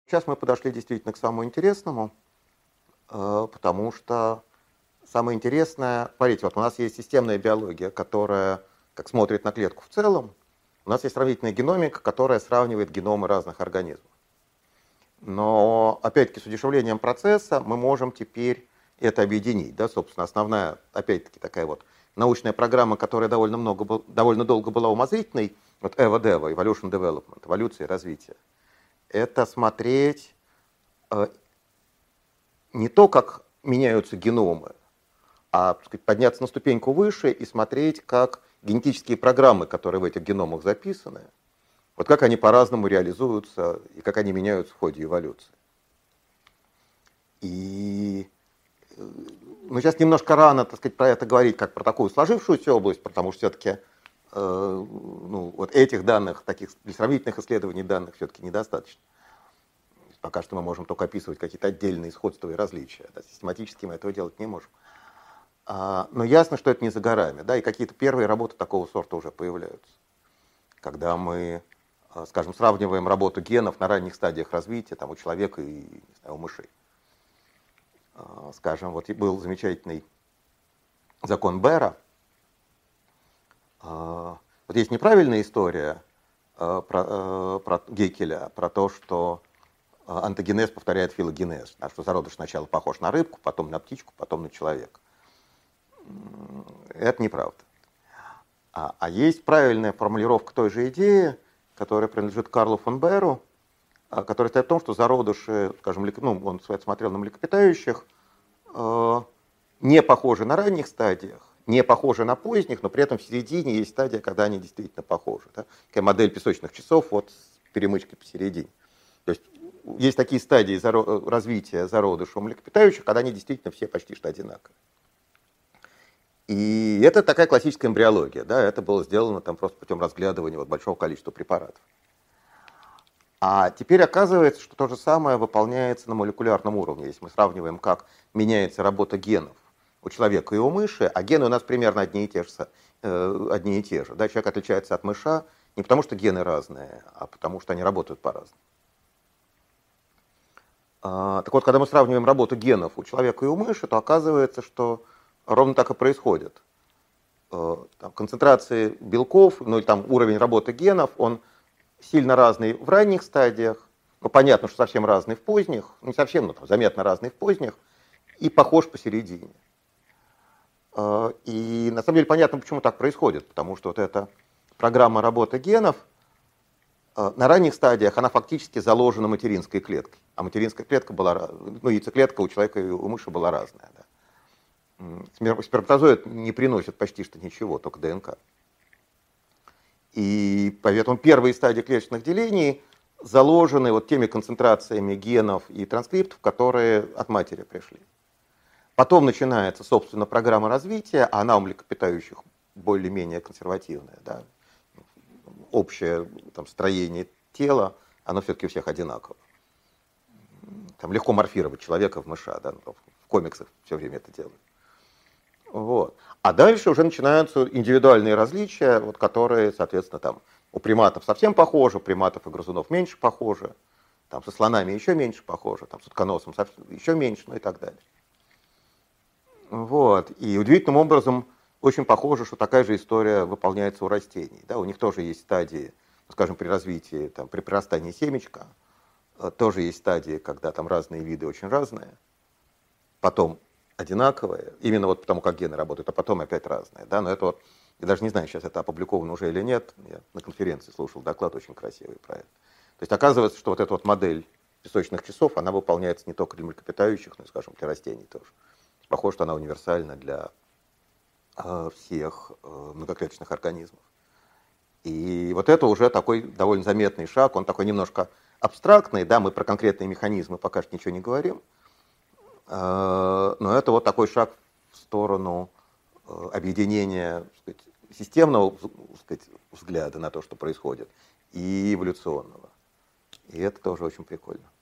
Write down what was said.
Сейчас мы подошли действительно к самому интересному, потому что самое интересное, смотрите, вот у нас есть системная биология, которая как смотрит на клетку в целом, у нас есть сравнительная геномика, которая сравнивает геномы разных организмов. Но, опять-таки, с удешевлением процесса мы можем теперь это объединить. Да? Собственно, основная, опять-таки, такая вот научная программа, которая довольно долго была умозрительной, вот EVA-DEVA, Evolution Development, эволюция и развитие, это смотреть не то, как меняются геномы, а, так сказать, подняться на ступеньку выше и смотреть, как генетические программы, которые в этих геномах записаны, вот как они по-разному реализуются и как они меняются в ходе эволюции. И ну, сейчас немножко рано, так сказать, про это говорить как про такую сложившуюся область, потому что все-таки ну, вот этих данных, таких сравнительных исследований данных все-таки недостаточно. Пока что мы можем только описывать какие-то отдельные сходства и различия. Да, систематически мы этого делать не можем. Но ясно, что это не за горами. Да, и какие-то первые работы такого сорта уже появляются. Когда мы, скажем, сравниваем работу генов на ранних стадиях развития там, у человека и не знаю, у мышей. Скажем, вот был замечательный закон Бера. Вот есть неправильная история про Геккеля, про то, что антогенез повторяет филогенез, что зародыш сначала похож на рыбку, потом на птичку, потом на человека. Это неправда. А есть правильная формулировка той же идеи, которая принадлежит Карлу фон Беру, который стоит в том, что зародыши, скажем, ну, он смотрел на млекопитающих, не похожи на ранних стадиях, не похожи на поздних, но при этом в середине есть стадия, когда они действительно похожи. Да? Такая модель песочных часов вот с перемычкой посередине. То есть такие стадии развития зародыша у млекопитающих, когда они действительно все почти что одинаковые. И это такая классическая эмбриология. Да? Это было сделано там просто путем разглядывания вот большого количества препаратов. А теперь оказывается, что то же самое выполняется на молекулярном уровне. Если мы сравниваем, как меняется работа генов у человека и у мыши, а гены у нас примерно одни и те же. Да? Человек отличается от мыша не потому, что гены разные, а потому, что они работают по-разному. Так вот, когда мы сравниваем работу генов у человека и у мыши, то оказывается, что ровно так и происходит. Там, концентрации белков, ну или там уровень работы генов, он сильно разный в ранних стадиях, ну понятно, что совсем разный в поздних, не совсем, но там, заметно разный в поздних, и похож посередине. И на самом деле понятно, почему так происходит, потому что вот эта программа работы генов на ранних стадиях, она фактически заложена материнской клеткой, а материнская клетка была, ну яйцеклетка у человека и у мыши была разная. Да. Сперматозоид не приносит почти что ничего, только ДНК. И поэтому первые стадии клеточных делений заложены вот теми концентрациями генов и транскриптов, которые от матери пришли. Потом начинается, собственно, программа развития, а она у млекопитающих более-менее консервативная. Да. Общее там, строение тела, оно все-таки у всех одинаково. Там легко морфировать человека в мыша, да, в комиксах все время это делают. Вот. А дальше уже начинаются индивидуальные различия, вот, которые, соответственно, там, у приматов совсем похожи, у приматов и грызунов меньше похожи, там, со слонами еще меньше похожи, там, с утконосом еще меньше, ну и так далее. Вот. И удивительным образом очень похоже, что такая же история выполняется у растений. Да? У них тоже есть стадии, скажем, при развитии, там, при прирастании семечка, тоже есть стадии, когда там разные виды очень разные, потом одинаковые, именно вот потому, как гены работают, а потом опять разные. Да? Но это вот, я даже не знаю, сейчас это опубликовано уже или нет, я на конференции слушал доклад очень красивый про это. То есть оказывается, что вот эта вот модель песочных часов, она выполняется не только для млекопитающих, но и, скажем, для растений тоже. Похоже, что она универсальна для всех многоклеточных организмов. И вот это уже такой довольно заметный шаг, он такой немножко абстрактный, да, мы про конкретные механизмы пока что ничего не говорим, но это вот такой шаг в сторону объединения, так сказать, системного, так сказать, взгляда на то, что происходит, и эволюционного. И это тоже очень прикольно.